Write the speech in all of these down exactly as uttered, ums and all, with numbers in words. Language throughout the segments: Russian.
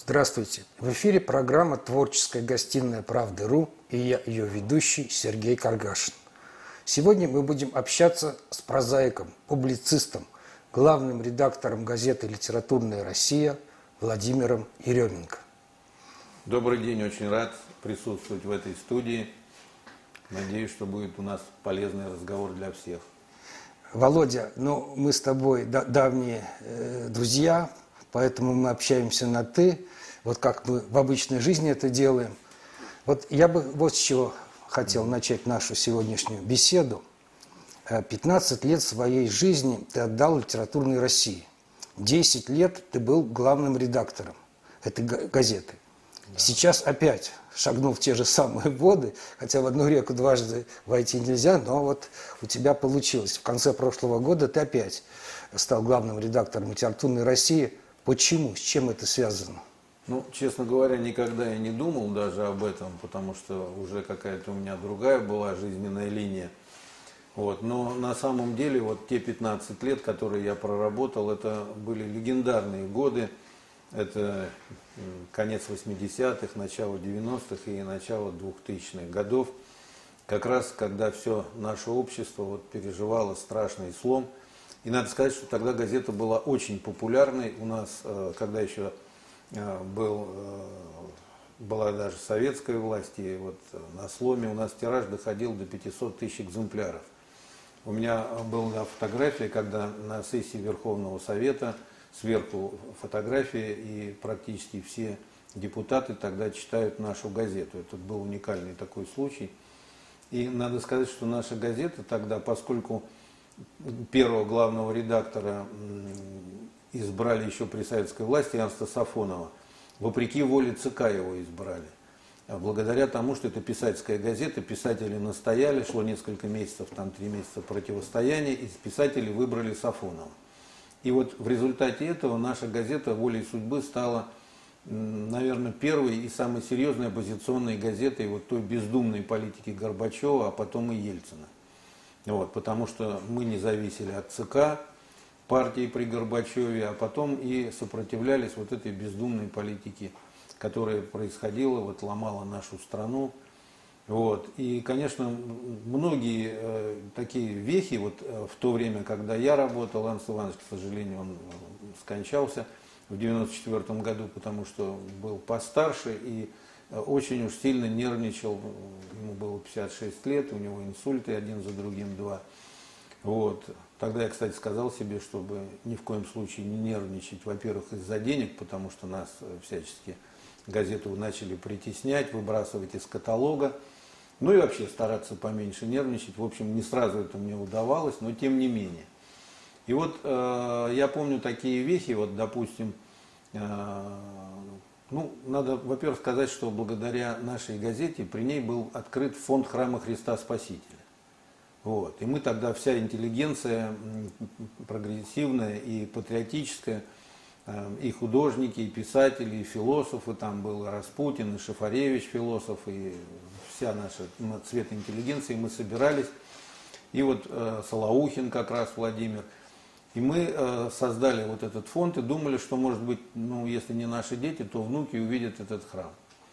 Здравствуйте! В эфире программа «Творческая гостиная Правды.ру» и я, ее ведущий Сергей Каргашин. Сегодня мы будем общаться с прозаиком, публицистом, главным редактором газеты «Литературная Россия» Владимиром Еременко. Добрый день, очень рад присутствовать в этой студии. Надеюсь, что будет у нас полезный разговор для всех. Володя, ну мы с тобой давние э, друзья, поэтому мы общаемся на «ты», вот как мы в обычной жизни это делаем. Вот я бы вот с чего хотел начать нашу сегодняшнюю беседу. пятнадцать лет своей жизни ты отдал «Литературной России». десять лет ты был главным редактором этой газеты. Да. Сейчас опять шагнул в те же самые воды, хотя в одну реку дважды войти нельзя, но вот у тебя получилось. В конце прошлого года ты опять стал главным редактором «Литературной России». Почему? С чем это связано? Ну, честно говоря, никогда я не думал даже об этом, потому что уже какая-то у меня другая была жизненная линия. Вот. Но на самом деле вот те пятнадцать лет, которые я проработал, это были легендарные годы. Это конец восьмидесятых, начало девяностых и начало двухтысячных годов. Как раз когда все наше общество вот переживало страшный слом. И надо сказать, что тогда газета была очень популярной. У нас, когда еще был, была даже советская власть, и вот на сломе у нас тираж доходил до пятисот тысяч экземпляров. У меня была фотография, когда на сессии Верховного Совета, сверху фотографии, и практически все депутаты тогда читают нашу газету. Это был уникальный такой случай. И надо сказать, что наша газета тогда, поскольку первого главного редактора избрали еще при советской власти, Ernsta Сафонова, вопреки воле ЦК его избрали. Благодаря тому, что это писательская газета, писатели настояли, шло несколько месяцев, там три месяца противостояния, и писатели выбрали Сафонова. И вот в результате этого наша газета волей судьбы стала, наверное, первой и самой серьезной оппозиционной газетой вот той бездумной политики Горбачева, а потом и Ельцина. Вот, потому что мы не зависели от ЦК партии при Горбачеве, а потом и сопротивлялись вот этой бездумной политике, которая происходила, вот, ломала нашу страну. Вот. И, конечно, многие э, такие вехи, вот, э, в то время, когда я работал, Ernst Иванович, к сожалению, он скончался в девяносто четвёртом году, потому что был постарше и э, очень уж сильно нервничал. Ему было пятьдесят шесть лет, у него инсульты один за другим два. Вот. Тогда я, кстати, сказал себе, чтобы ни в коем случае не нервничать, во-первых, из-за денег, потому что нас всячески газету начали притеснять, выбрасывать из каталога. Ну и вообще стараться поменьше нервничать. В общем, не сразу это мне удавалось, но тем не менее. И вот э, я помню такие вехи, вот, допустим, э, ну, надо, во-первых, сказать, что благодаря нашей газете при ней был открыт фонд Храма Христа Спасителя. Вот. И мы тогда, вся интеллигенция прогрессивная и патриотическая, и художники, и писатели, и философы, там был Распутин, и Шафаревич философ, и вся наша цвет интеллигенции, мы собирались, и вот э, Солоухин как раз, Владимир, и мы э, создали вот этот фонд и думали, что, может быть, ну, если не наши дети, то внуки увидят этот храм.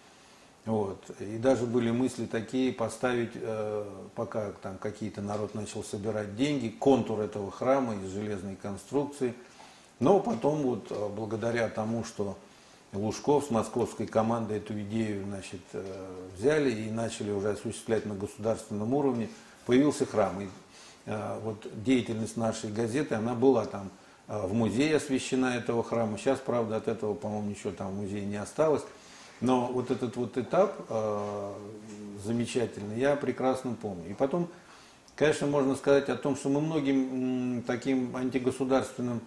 Вот. И даже были мысли такие поставить, э, пока там какие-то народ начал собирать деньги, контур этого храма из железной конструкции. Но потом, вот, благодаря тому, что Лужков с московской командой эту идею, значит, взяли и начали уже осуществлять на государственном уровне, появился храм. И э, вот деятельность нашей газеты, она была там э, в музее освящена этого храма. Сейчас, правда, от этого, по-моему, ничего там в музее не осталось. Но вот этот вот этап э, замечательный я прекрасно помню. И потом, конечно, можно сказать о том, что мы многим м, таким антигосударственным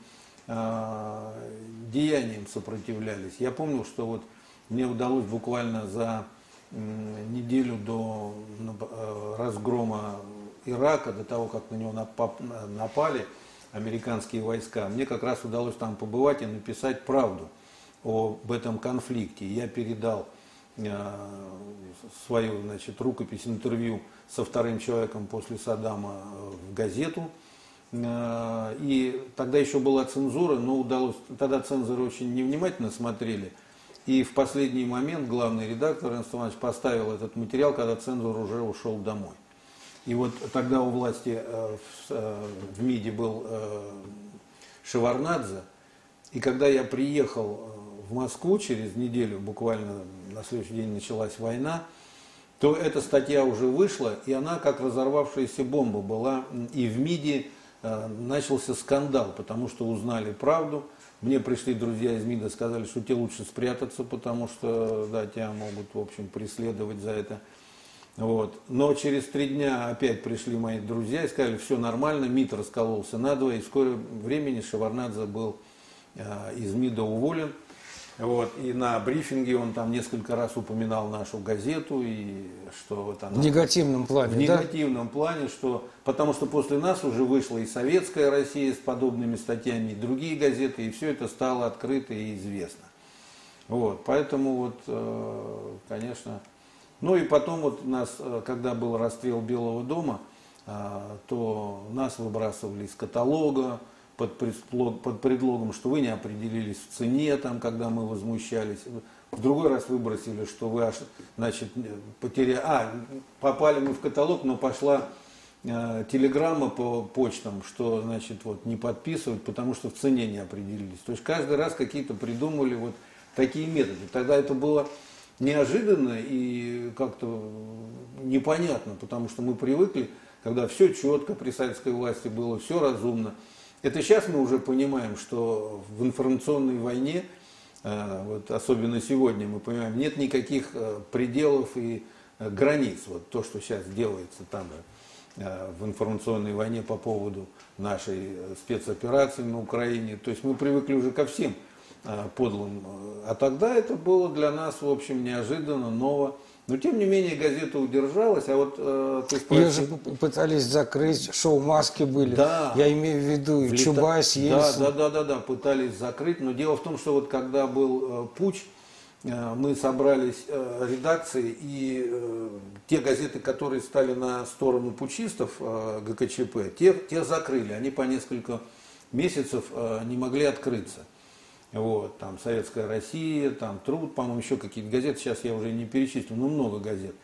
деяниям сопротивлялись. Я помню, что вот мне удалось буквально за неделю до разгрома Ирака, до того, как на него напали американские войска, мне как раз удалось там побывать и написать правду об этом конфликте. Я передал свою, значит, рукопись, интервью со вторым человеком после Саддама в газету. И тогда еще была цензура, но удалось, тогда цензоры очень невнимательно смотрели И в последний момент главный редактор Эрнст Иванович поставил этот материал, когда цензор уже ушел домой. И вот тогда у власти э, в, э, в МИДе был э, Шеварднадзе. И когда я приехал в Москву через неделю, буквально на следующий день началась война, то эта статья уже вышла, и она как разорвавшаяся бомба была. И в МИДе э, начался скандал, потому что узнали правду. Мне пришли друзья из МИДа, сказали, что тебе лучше спрятаться, потому что да, тебя могут, в общем, преследовать за это. Вот. Но через три дня опять пришли мои друзья и сказали, все нормально, МИД раскололся надвое, и в скором времени Шеварднадзе был э, из МИДа уволен. Вот. И на брифинге он там несколько раз упоминал нашу газету, и что вот она... В негативном плане, В да? негативном плане, что... Потому что после нас уже вышла и «Советская Россия» с подобными статьями, и другие газеты, и все это стало открыто и известно. Вот. Поэтому вот, э, конечно... Ну и потом вот нас, когда был расстрел Белого дома, э, то нас выбрасывали из каталога, Под, предлог, под предлогом, что вы не определились в цене, там, когда мы возмущались. В другой раз выбросили, что вы аж, значит, потеряли... А, попали мы в каталог, но пошла э, телеграмма по почтам, что, значит, вот, не подписывать, потому что в цене не определились. То есть каждый раз какие-то придумали вот такие методы. Тогда это было неожиданно и как-то непонятно, потому что мы привыкли, когда все четко при советской власти было, все разумно. Это сейчас мы уже понимаем, что в информационной войне, вот особенно сегодня мы понимаем, нет никаких пределов и границ. Вот то, что сейчас делается там в информационной войне по поводу нашей спецоперации на Украине. То есть мы привыкли уже ко всем подлым. А тогда это было для нас, в общем, неожиданно, ново. Но, тем не менее, газета удержалась, а вот э, ты спросил... Ее же пытались закрыть, шоу «Маски» были. Да. Я имею в виду и Влета... Чубайс, Ельцин. Да, да, да, да, да, пытались закрыть. Но дело в том, что вот когда был э, путч, э, мы собрались э, редакции, и э, те газеты, которые стали на сторону путчистов, э, ГКЧП, те, те закрыли. Они по несколько месяцев э, не могли открыться. Вот, там «Советская Россия», там «Труд», по-моему, еще какие-то газеты, сейчас я уже не перечислю, но много газет.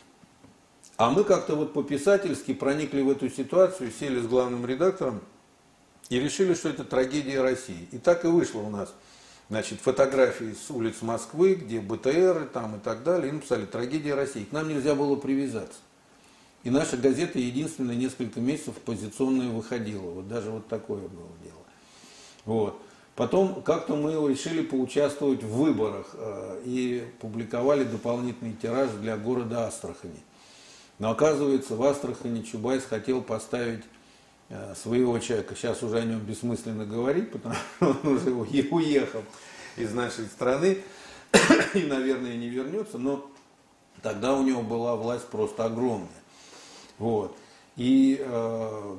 А мы как-то вот по-писательски проникли в эту ситуацию, сели с главным редактором и решили, что это трагедия России. И так и вышло у нас, значит, фотографии с улиц Москвы, где БТРы там и так далее, и написали «Трагедия России». К нам нельзя было привязаться. И наша газета единственная несколько месяцев позиционная выходила. Вот даже вот такое было дело. Вот. Потом как-то мы решили поучаствовать в выборах э, и публиковали дополнительный тираж для города Астрахани. Но оказывается, в Астрахани Чубайс хотел поставить э, своего человека. Сейчас уже о нем бессмысленно говорить, потому что он уже уехал из нашей страны и, наверное, не вернется. Но тогда у него была власть просто огромная. Вот. И э,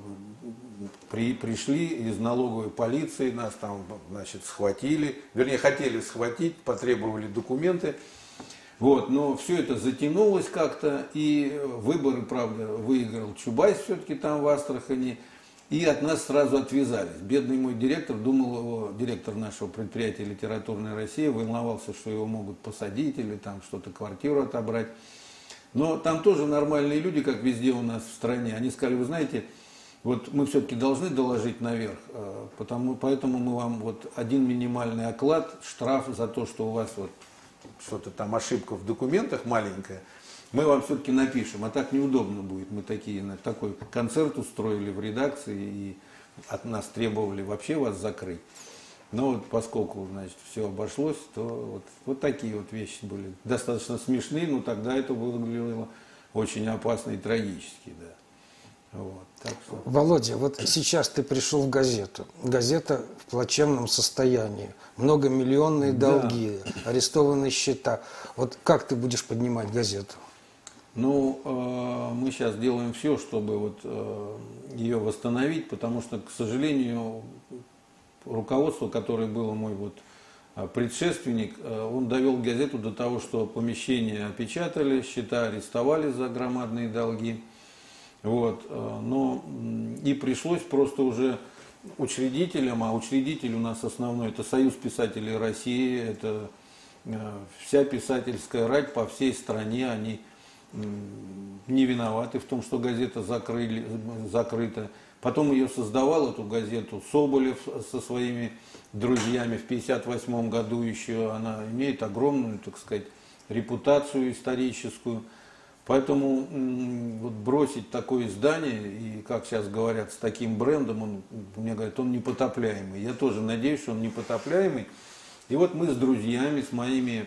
при, пришли из налоговой полиции, нас там, значит, схватили, вернее, хотели схватить, потребовали документы. Вот, но все это затянулось как-то, и выборы, правда, выиграл Чубайс все-таки там в Астрахани, и от нас сразу отвязались. Бедный мой директор думал, его, директор нашего предприятия «Литературная Россия», волновался, что его могут посадить или там что-то, квартиру отобрать. Но там тоже нормальные люди, как везде у нас в стране. Они сказали, вы знаете, вот мы все-таки должны доложить наверх, потому, поэтому мы вам вот один минимальный оклад, штраф за то, что у вас вот что-то там ошибка в документах маленькая, мы вам все-таки напишем, а так неудобно будет. Мы такие, такой концерт устроили в редакции и от нас требовали вообще вас закрыть. Но вот поскольку, значит, все обошлось, то вот, вот такие вот вещи были достаточно смешные, но тогда это выглядело очень опасно и трагически, да. Вот, так что... Володя, вот сейчас ты пришел в газету. Газета в плачевном состоянии. Многомиллионные долги, да. Арестованные счета. Вот как ты будешь поднимать газету? Ну, э, мы сейчас делаем все, чтобы вот, э, ее восстановить, потому что, к сожалению, руководство, которое было мой вот предшественник, он довел газету до того, что помещения опечатали, счета арестовали за громадные долги. Вот. Но и пришлось просто уже учредителям, а учредитель у нас основной, это Союз писателей России, это вся писательская рать по всей стране, они не виноваты в том, что газета закрыли, закрыта. Потом ее создавал, эту газету, Соболев со своими друзьями в пятьдесят восьмом году еще. Она имеет огромную, так сказать, репутацию историческую. Поэтому вот бросить такое издание, и, как сейчас говорят, с таким брендом, он, мне говорят, он непотопляемый. Я тоже надеюсь, что он непотопляемый. И вот мы с друзьями, с моими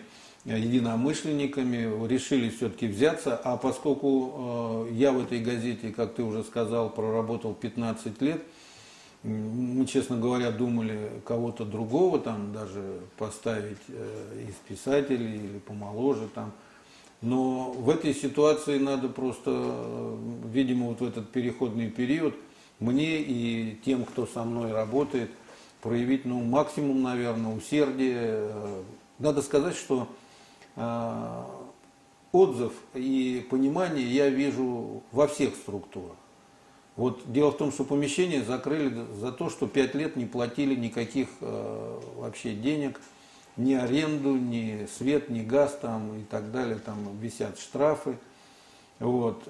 единомышленниками решили все-таки взяться. А поскольку э, я в этой газете, как ты уже сказал, проработал пятнадцать лет, мы, честно говоря, думали кого-то другого там даже поставить э, из писателей или помоложе там. Но в этой ситуации надо просто, видимо, вот в этот переходный период мне и тем, кто со мной работает, проявить, ну, максимум, наверное, усердия. Надо сказать, что э, отзыв и понимание я вижу во всех структурах. Вот дело в том, что помещение закрыли за то, что пять лет не платили никаких э, вообще денег, ни аренду, ни свет, ни газ там и так далее, там висят штрафы. Вот.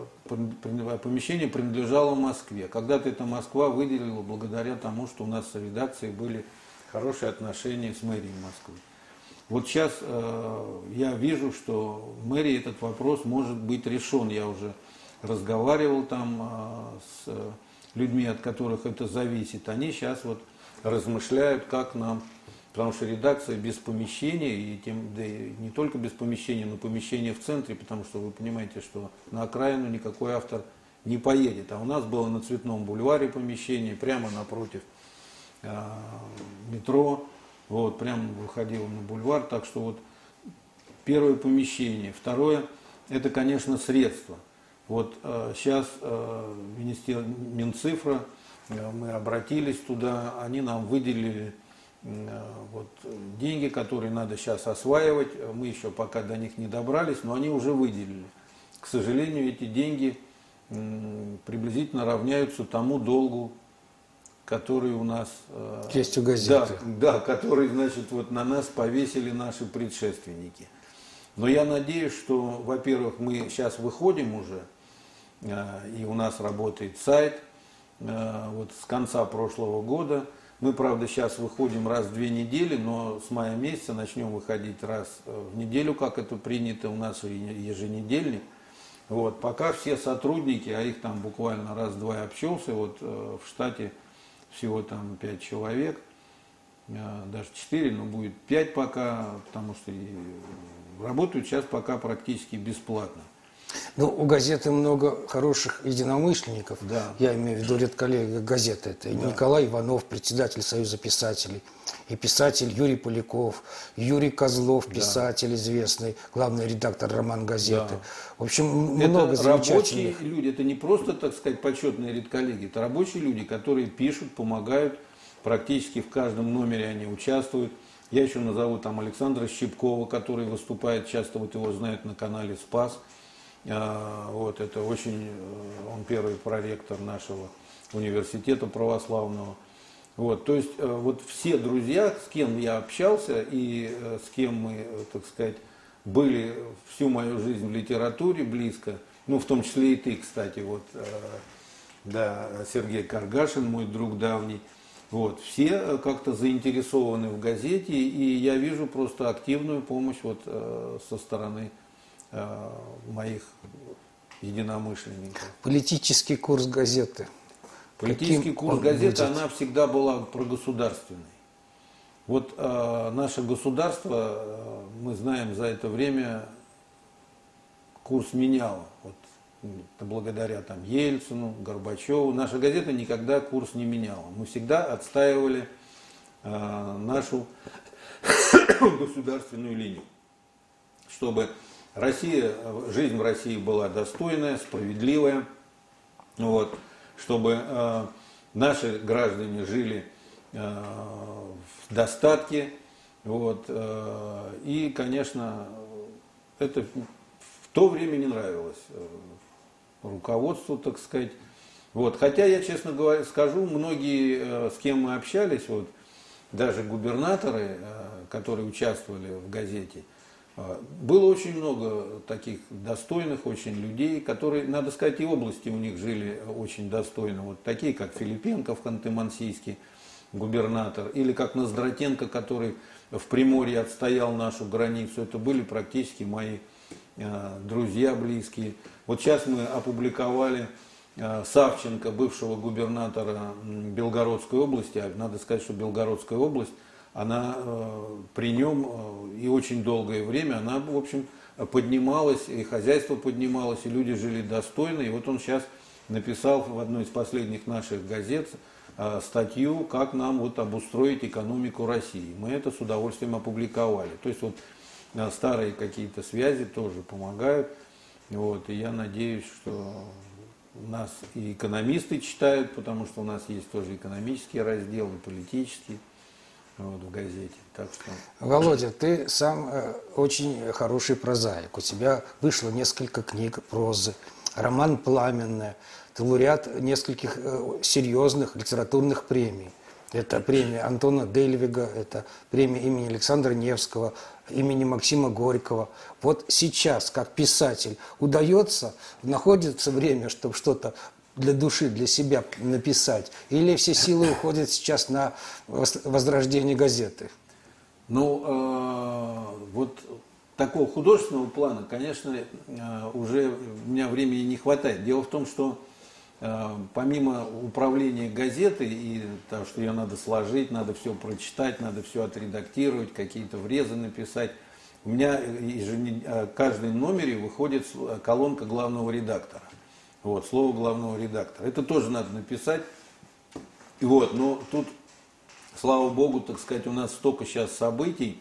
Помещение принадлежало Москве. Когда-то это Москва выделила благодаря тому, что у нас в редакции были хорошие отношения с мэрией Москвы. Вот сейчас э, я вижу, что в мэрии этот вопрос может быть решен. Я уже разговаривал там э, с людьми, от которых это зависит. Они сейчас вот размышляют, как нам... Потому что редакция без помещения, и тем, да и не только без помещения, но помещение в центре, потому что вы понимаете, что на окраину никакой автор не поедет. А у нас было на Цветном бульваре помещение, прямо напротив э, метро, вот, прямо выходило на бульвар. Так что вот первое помещение. Второе, это, конечно, средства. Вот э, сейчас э, Министерство Минцифра, э, мы обратились туда, они нам выделили вот деньги, которые надо сейчас осваивать. Мы еще пока до них не добрались, но они уже выделили. К сожалению, эти деньги приблизительно равняются тому долгу, который у нас есть у газеты. Да, да, который, значит, вот на нас повесили наши предшественники. Но я надеюсь, что, во-первых, мы сейчас выходим уже, и у нас работает сайт вот с конца прошлого года. Мы, правда, сейчас выходим раз в две недели, но с мая месяца начнем выходить раз в неделю, как это принято у нас, еженедельник. Вот, пока все сотрудники, а их там буквально раз-два обчелся, вот в штате всего там пять человек, даже четыре, но будет пять пока, потому что работают сейчас пока практически бесплатно. Ну, у газеты много хороших единомышленников. Да. Я имею в виду редколлега газеты. Это и да. Николай Иванов, председатель Союза писателей, и писатель Юрий Поляков, Юрий Козлов, писатель да. известный, главный редактор «Роман» газеты. Да. В общем, это много замечательных. Рабочие люди, это не просто, так сказать, почетные редколлеги, это рабочие люди, которые пишут, помогают, практически в каждом номере они участвуют. Я еще назову там Александра Щипкова, который выступает, часто вот его знают на канале «Спас». Вот, это очень, он первый проректор нашего университета православного. Вот, то есть вот все друзья, с кем я общался и с кем мы, так сказать, были всю мою жизнь в литературе близко, ну в том числе и ты, кстати, вот, да, Сергей Каргашин, мой друг давний, вот, все как-то заинтересованы в газете, и я вижу просто активную помощь вот со стороны моих единомышленников. Политический курс газеты. Политический Каким курс газеты, будет? Она всегда была прогосударственной. Вот э, наше государство, э, мы знаем, за это время курс меняло. Вот, благодаря там, Ельцину, Горбачеву. Наша газета никогда курс не меняла. Мы всегда отстаивали э, нашу государственную линию, чтобы Россия, жизнь в России была достойная, справедливая, вот, чтобы э, наши граждане жили э, в достатке. Вот, э, и, конечно, это в то время не нравилось э, руководству, так сказать. Вот, хотя я, честно говоря, скажу, многие, э, с кем мы общались, вот, даже губернаторы, э, которые участвовали в газете, было очень много таких достойных очень людей, которые, надо сказать, и области у них жили очень достойно. Вот такие, как Филипенко в Ханты-Мансийске, губернатор, или как Ноздратенко, который в Приморье отстоял нашу границу. Это были практически мои э, друзья близкие. Вот сейчас мы опубликовали э, Савченко, бывшего губернатора Белгородской области. А надо сказать, что Белгородская область, она э, при нем э, и очень долгое время, она, в общем, поднималась, и хозяйство поднималось, и люди жили достойно. И вот он сейчас написал в одной из последних наших газет э, статью, как нам вот обустроить экономику России. Мы это с удовольствием опубликовали. То есть вот э, старые какие-то связи тоже помогают. Вот, и я надеюсь, что нас и экономисты читают, потому что у нас есть тоже экономический раздел, и политический. Вот, в газете. Так что... Володя, ты сам э, очень хороший прозаик. У тебя вышло несколько книг прозы, роман «Пламенная», ты лауреат нескольких э, серьезных литературных премий. Это премия Антона Дельвига, это премия имени Александра Невского, имени Максима Горького. Вот сейчас, как писатель, удается, находится время, чтобы что-то для души, для себя написать? Или все силы уходят сейчас на возрождение газеты? Ну, э, вот такого художественного плана, конечно, э, уже у меня времени не хватает. Дело в том, что э, помимо управления газетой и того, что ее надо сложить, надо все прочитать, надо все отредактировать, какие-то врезы написать, у меня в каждом номере выходит колонка главного редактора. Вот, слово главного редактора. Это тоже надо написать. И вот, но тут, слава богу, так сказать, у нас столько сейчас событий,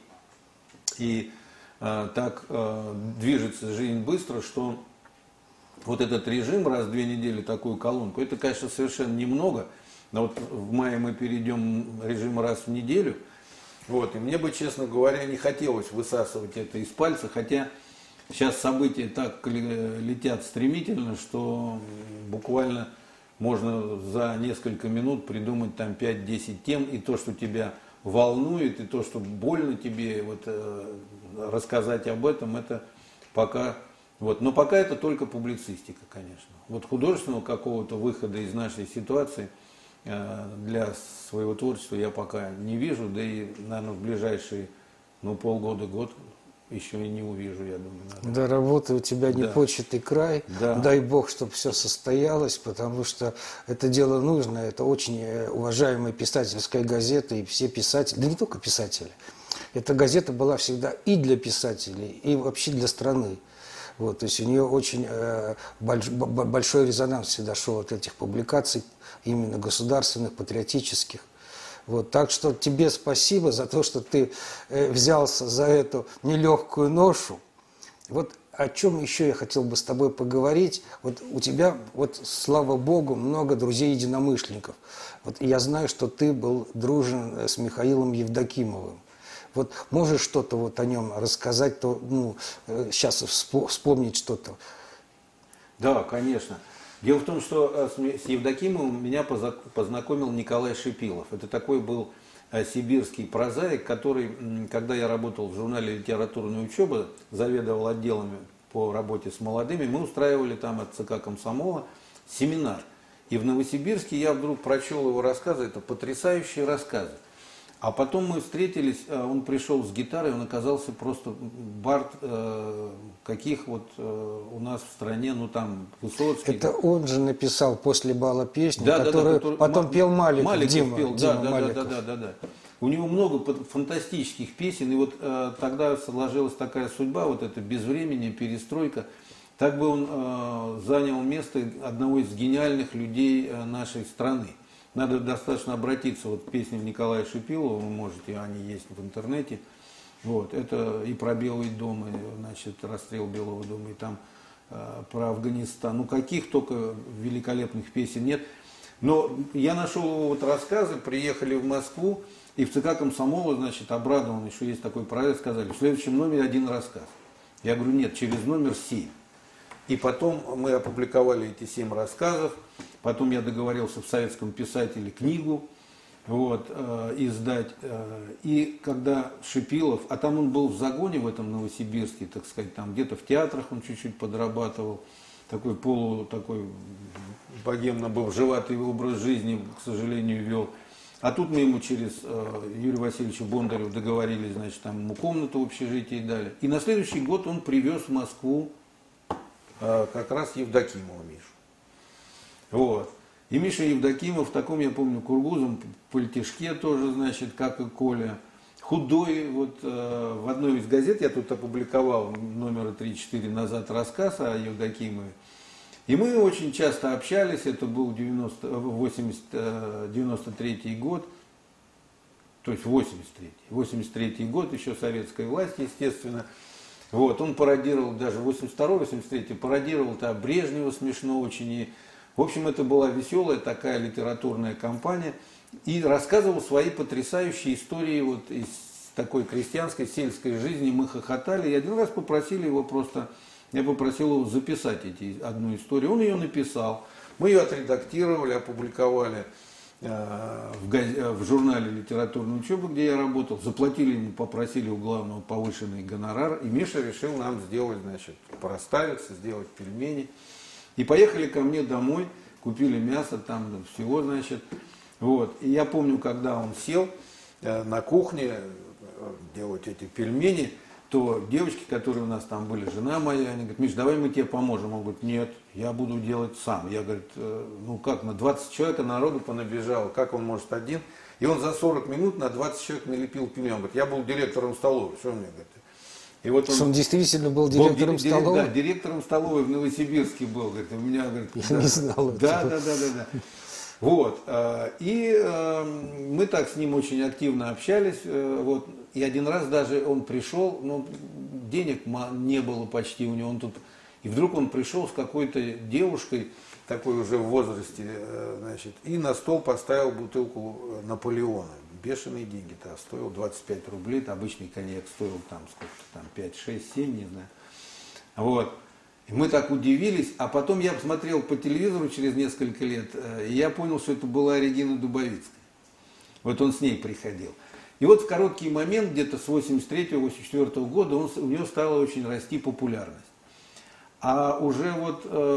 и э, так э, движется жизнь быстро, что вот этот режим раз в две недели такую колонку, это, конечно, совершенно немного. Но вот в мае мы перейдем режим раз в неделю. Вот, и мне бы, честно говоря, не хотелось высасывать это из пальца, хотя сейчас события так летят стремительно, что буквально можно за несколько минут придумать там пять-десять тем, и то, что тебя волнует, и то, что больно тебе вот, э, рассказать об этом, это пока, вот, но пока это только публицистика, конечно. Вот художественного какого-то выхода из нашей ситуации э, для своего творчества я пока не вижу, да и, наверное, в ближайшие ну, полгода-год еще и не увижу, я думаю. Наверное. Да, работа у тебя непочатый да. край. Да. Дай Бог, чтобы все состоялось, потому что это дело нужно. Это очень уважаемая писательская газета, и все писатели, да не только писатели. Эта газета была всегда и для писателей, и вообще для страны. Вот, то есть у нее очень э, больш, большой резонанс всегда шел от этих публикаций, именно государственных, патриотических. Вот, так что тебе спасибо за то, что ты э, взялся за эту нелегкую ношу. Вот о чем еще я хотел бы с тобой поговорить. Вот у тебя, вот, слава богу, много друзей-единомышленников. Вот, и я знаю, что ты был дружен с Михаилом Евдокимовым. Вот можешь что-то вот о нем рассказать, то, ну, э, сейчас вспомнить что-то? Да, конечно. Дело в том, что с Евдокимовым меня познакомил Николай Шипилов. Это такой был сибирский прозаик, который, когда я работал в журнале «Литературная учеба», заведовал отделами по работе с молодыми, мы устраивали там от ЦК комсомола семинар. И в Новосибирске я вдруг прочел его рассказы, это потрясающие рассказы. А потом мы встретились, он пришел с гитарой, он оказался просто бард, э, каких вот э, у нас в стране, ну там, Высоцкий. Это он же написал «После бала» песню, да, которую да, да, который, потом пел Маликов, Маликов Дима, пел, Дима да, да, Маликов. Да, да, да, да. У него много фантастических песен, и вот э, тогда сложилась такая судьба, вот это безвременье, перестройка. Так бы он э, занял место одного из гениальных людей э, нашей страны. Надо достаточно обратиться вот к песням Николая Шипилова, вы можете, они есть в интернете. Вот, это и про Белый дом, и, значит, расстрел Белого дома, и там э, про Афганистан. Ну, каких только великолепных песен нет. Но я нашел его вот рассказы, приехали в Москву, и в ЦК комсомола, значит, обрадованный, что есть такой проект, сказали, в следующем номере один рассказ. Я говорю, нет, через номер семь. И потом мы опубликовали эти семь рассказов. Потом я договорился в Советском писателе книгу вот, э, издать. Э, и когда Шипилов, а там он был в загоне в этом Новосибирске, так сказать, там где-то в театрах он чуть-чуть подрабатывал, такой полу, такой богемно был, живатый образ жизни, к сожалению, вел. А тут мы ему через э, Юрия Васильевича Бондарева договорились, значит, там ему комнату в общежитии дали. И на следующий год он привез в Москву э, как раз Евдокимова Мишу. Вот. И Миша Евдокимов в таком, я помню, кургузом пальтишке тоже, значит, как и Коля. Худой, вот э, в одной из газет я тут опубликовал номера три-четыре назад рассказ о Евдокимове. И мы очень часто общались, это был девяносто, восемьдесят, девяносто третий год, то есть восемьдесят третий, восемьдесят третий год, еще советская власть, естественно. Вот, он пародировал, даже восемьдесят второй восемьдесят третий, пародировал там Брежнева смешно очень. И, в общем, это была веселая такая литературная кампания. И рассказывал свои потрясающие истории вот из такой крестьянской, сельской жизни. Мы хохотали. И один раз попросили его просто... Я попросил его записать эти, одну историю. Он ее написал. Мы ее отредактировали, опубликовали э, в, газ... в журнале «Литературная учеба», где я работал. Заплатили ему, попросили у главного повышенный гонорар. И Миша решил нам сделать, значит, проставиться, сделать пельмени. И поехали ко мне домой, купили мясо, там всего, значит. Вот. И я помню, когда он сел э, на кухне э, делать эти пельмени, то девочки, которые у нас там были, жена моя, они говорят: Миш, давай мы тебе поможем. Он говорит: нет, я буду делать сам. Я, говорит, ну как, на двадцать человек народу понабежало, как он может один? И он за сорок минут на двадцать человек налепил пельмени. Он говорит: я был директором столовой. Что он мне говорит? И вот он, что он действительно был директором был, столовой? Да, директором столовой в Новосибирске был. Говорит, у меня, говорит, я да, не знал да, этого. да, да, да, да. Вот. И мы так с ним очень активно общались. Вот. И один раз даже он пришел, ну, денег не было почти у него, он тут, и вдруг он пришел с какой-то девушкой, такой уже в возрасте, значит, и на стол поставил бутылку Наполеона. Бешеные деньги-то, стоил двадцать пять рублей, обычный коньяк стоил там сколько-то, там пять, шесть, семь, не знаю. Вот. И мы так удивились, а потом я посмотрел по телевизору через несколько лет, и я понял, что это была Регина Дубовицкая. Вот он с ней приходил. И вот в короткий момент, где-то с восемьдесят третьего — восемьдесят четвёртого года, он, у него стала очень расти популярность. А уже вот,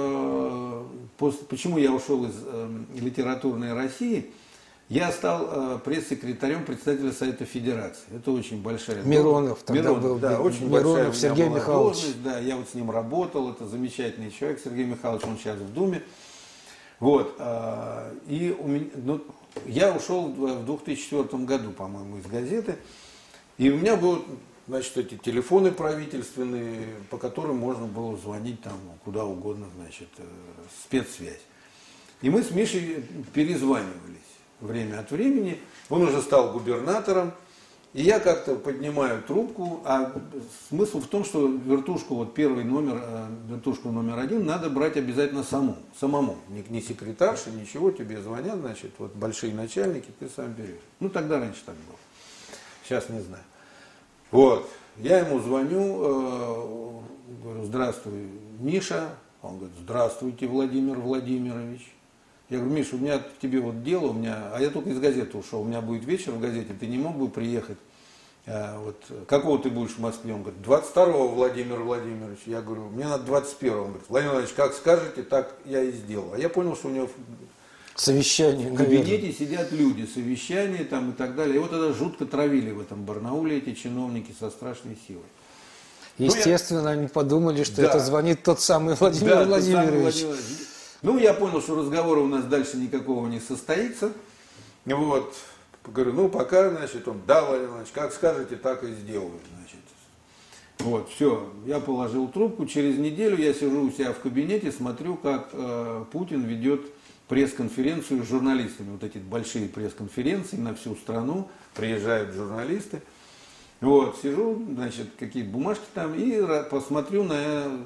э, после, почему я ушел из э, литературной России, я стал э, пресс-секретарем председателя Совета Федерации. Это очень большая... Миронов тогда Миронов, был. Да, очень Миронов большая Сергей Михайлович. Да, я вот с ним работал, это замечательный человек, Сергей Михайлович, он сейчас в Думе. Вот, э, и у меня... Ну, я ушел в две тысячи четвёртом году, по-моему, из газеты, и у меня были, значит, эти телефоны правительственные, по которым можно было звонить там куда угодно, значит, спецсвязь. И мы с Мишей перезванивались время от времени. Он уже стал губернатором, и я как-то поднимаю трубку, а смысл в том, что вертушку, вот первый номер, вертушку номер один надо брать обязательно самому, самому. Не, не секретарша, ничего, тебе звонят, значит, вот большие начальники, ты сам берешь. Ну, тогда раньше так было. Сейчас не знаю. Вот, я ему звоню, э, говорю: здравствуй, Миша. Он говорит: здравствуйте, Владимир Владимирович. Я говорю: Миша, у меня к тебе вот дело, у меня, а я только из газеты ушел, у меня будет вечер в газете, ты не мог бы приехать? А, вот, какого ты будешь в Москве? Он говорит: двадцать второго, Владимир Владимирович. Я говорю: мне надо двадцать первого. Он говорит: Владимир Владимирович, как скажете, так я и сделал. А я понял, что у него совещание, в кабинете наверное. Сидят люди, совещания там и так далее. Его тогда жутко травили в этом Барнауле, эти чиновники, со страшной силой. Естественно, ну, я... они подумали, что да. это звонит тот самый Владимир да, Владимирович. Владимир... Ну, я понял, что разговора у нас дальше никакого не состоится. Вот. Говорю: ну, пока, значит, он: да, Владимир Владимирович, как скажете, так и сделаю, значит. Вот, все, я положил трубку. Через неделю я сижу у себя в кабинете, смотрю, как э, Путин ведет пресс-конференцию с журналистами. Вот эти большие пресс-конференции на всю страну, приезжают журналисты. Вот, сижу, значит, какие-то бумажки там, и посмотрю на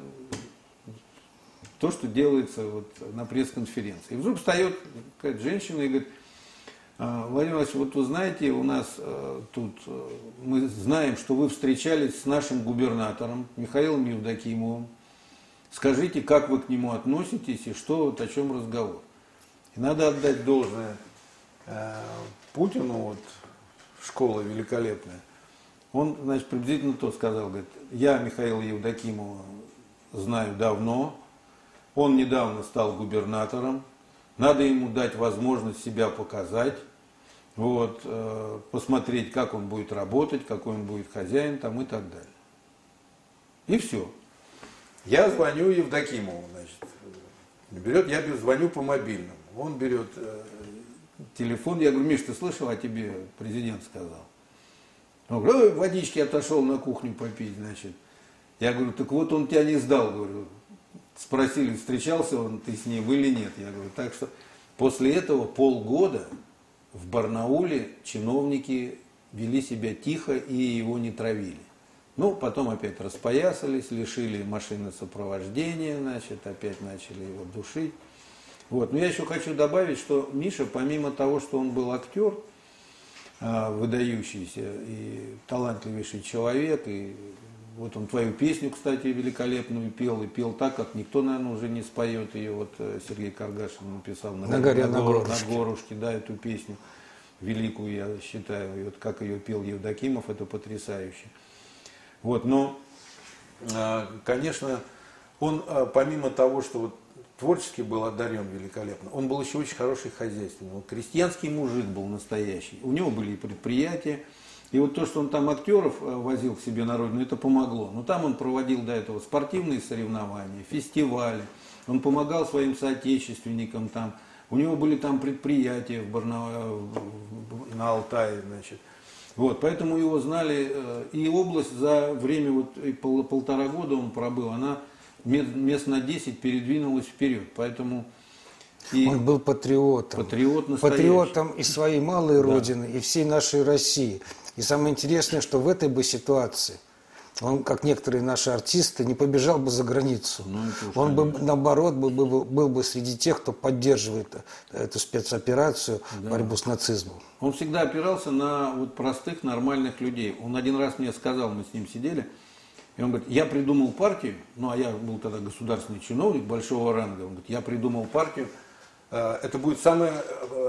то, что делается вот на пресс-конференции. И вдруг встает какая-то женщина и говорит: Владимир Владимирович, вот вы знаете, у нас э, тут, э, мы знаем, что вы встречались с нашим губернатором Михаилом Евдокимовым. Скажите, как вы к нему относитесь и что, вот о чем разговор. И надо отдать должное э, Путину, вот, школа великолепная, он, значит, приблизительно то сказал, говорит, я Михаила Евдокимова знаю давно, он недавно стал губернатором, надо ему дать возможность себя показать, вот, э, посмотреть, как он будет работать, какой он будет хозяин там и так далее. И все. Я звоню Евдокимову, значит, берет, я звоню по мобильному. Он берет э, телефон, я говорю, Миш, ты слышал, а тебе президент сказал? Он говорит, водички отошел на кухню попить, значит. Я говорю, так вот он тебя не сдал, говорю. Спросили, встречался он ты с ним или нет. Я говорю, так что после этого полгода в Барнауле чиновники вели себя тихо и его не травили. Ну, потом опять распоясались, лишили машины сопровождения, значит, опять начали его душить. Вот. Но я еще хочу добавить, что Миша, помимо того, что он был актер, выдающийся и талантливейший человек, и вот он твою песню, кстати, великолепную пел, и пел так, как никто, наверное, уже не споет ее. Вот Сергей Каргашин написал «На, на горе, на, гор, на горушке», да, эту песню великую, я считаю, и вот как ее пел Евдокимов, это потрясающе. Вот, но, конечно, он, помимо того, что вот творчески был одарен великолепно, он был еще очень хороший хозяйственный. Он крестьянский мужик был настоящий. У него были и предприятия. И вот то, что он там актеров возил к себе на родину, это помогло. Но там он проводил до этого спортивные соревнования, фестивали. Он помогал своим соотечественникам там. У него были там предприятия в Барна... на Алтае, значит. Вот, поэтому его знали. И область за время, вот пол, полтора года он пробыл, она мест на десять передвинулась вперед. Поэтому... И он был патриотом. Патриот патриотом и своей малой да. родины, и всей нашей России. И самое интересное, что в этой бы ситуации он, как некоторые наши артисты, не побежал бы за границу. Ну, он бы, наоборот, был, был, был бы среди тех, кто поддерживает эту спецоперацию, да. борьбу с нацизмом. Он всегда опирался на вот простых, нормальных людей. Он один раз мне сказал, мы с ним сидели, и он говорит, я придумал партию, ну а я был тогда государственный чиновник большого ранга, он говорит, я придумал партию, это будет самая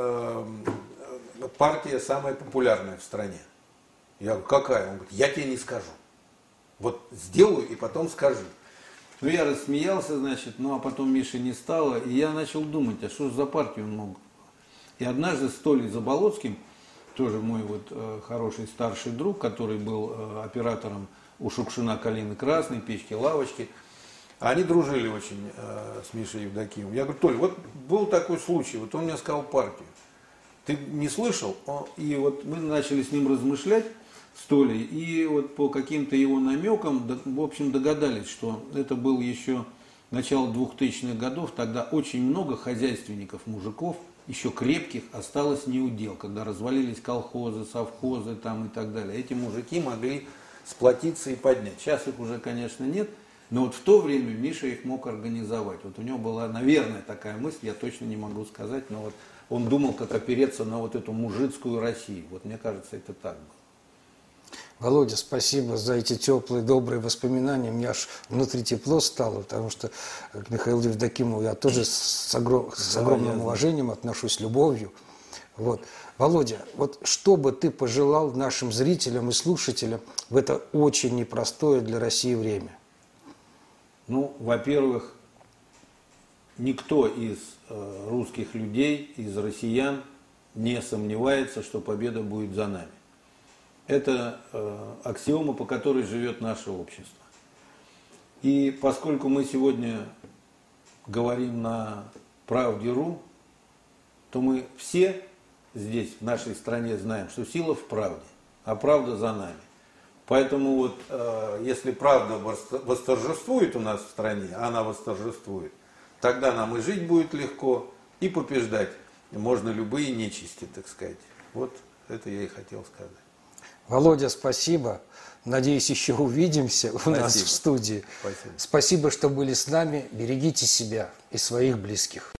партия, самая популярная в стране. Я говорю, какая? Он говорит, я тебе не скажу. Вот сделаю и потом скажу. Ну, я рассмеялся, значит, ну, а потом Миши не стало, и я начал думать, а что же за партию он мог? И однажды с Толей Заболоцким, тоже мой вот э, хороший старший друг, который был э, оператором у Шукшина «Калины Красной», «Печки Лавочки», они дружили очень э, с Мишей Евдокимовым. Я говорю, Толь, вот был такой случай, вот он мне сказал партию. Ты не слышал? И вот мы начали с ним размышлять, с Толей, и вот по каким-то его намекам, в общем, догадались, что это был еще начало двухтысячных годов, тогда очень много хозяйственников, мужиков, еще крепких, осталось не у дел, когда развалились колхозы, совхозы там и так далее. Эти мужики могли сплотиться и поднять. Сейчас их уже, конечно, нет, но вот в то время Миша их мог организовать. Вот у него была, наверное, такая мысль, я точно не могу сказать, но вот он думал, как опереться на вот эту мужицкую Россию. Вот мне кажется, это так было. Володя, спасибо за эти теплые, добрые воспоминания. Мне аж внутри тепло стало, потому что к Михаилу Евдокимову я тоже с, огром, с огромным да, уважением отношусь, любовью. Вот. Володя, вот что бы ты пожелал нашим зрителям и слушателям в это очень непростое для России время? Ну, во-первых, никто из э, русских людей, из россиян не сомневается, что победа будет за нами. Это э, аксиома, по которой живет наше общество. И поскольку мы сегодня говорим на правде.ру, то мы все здесь, в нашей стране, знаем, что сила в правде, а правда за нами. Поэтому вот, э, если правда восторжествует у нас в стране, а она восторжествует, тогда нам и жить будет легко, и побеждать можно любые нечисти, так сказать. Вот это я и хотел сказать. Володя, спасибо. Надеюсь, еще увидимся у спасибо. нас в студии. Спасибо. Спасибо, что были с нами. Берегите себя и своих близких.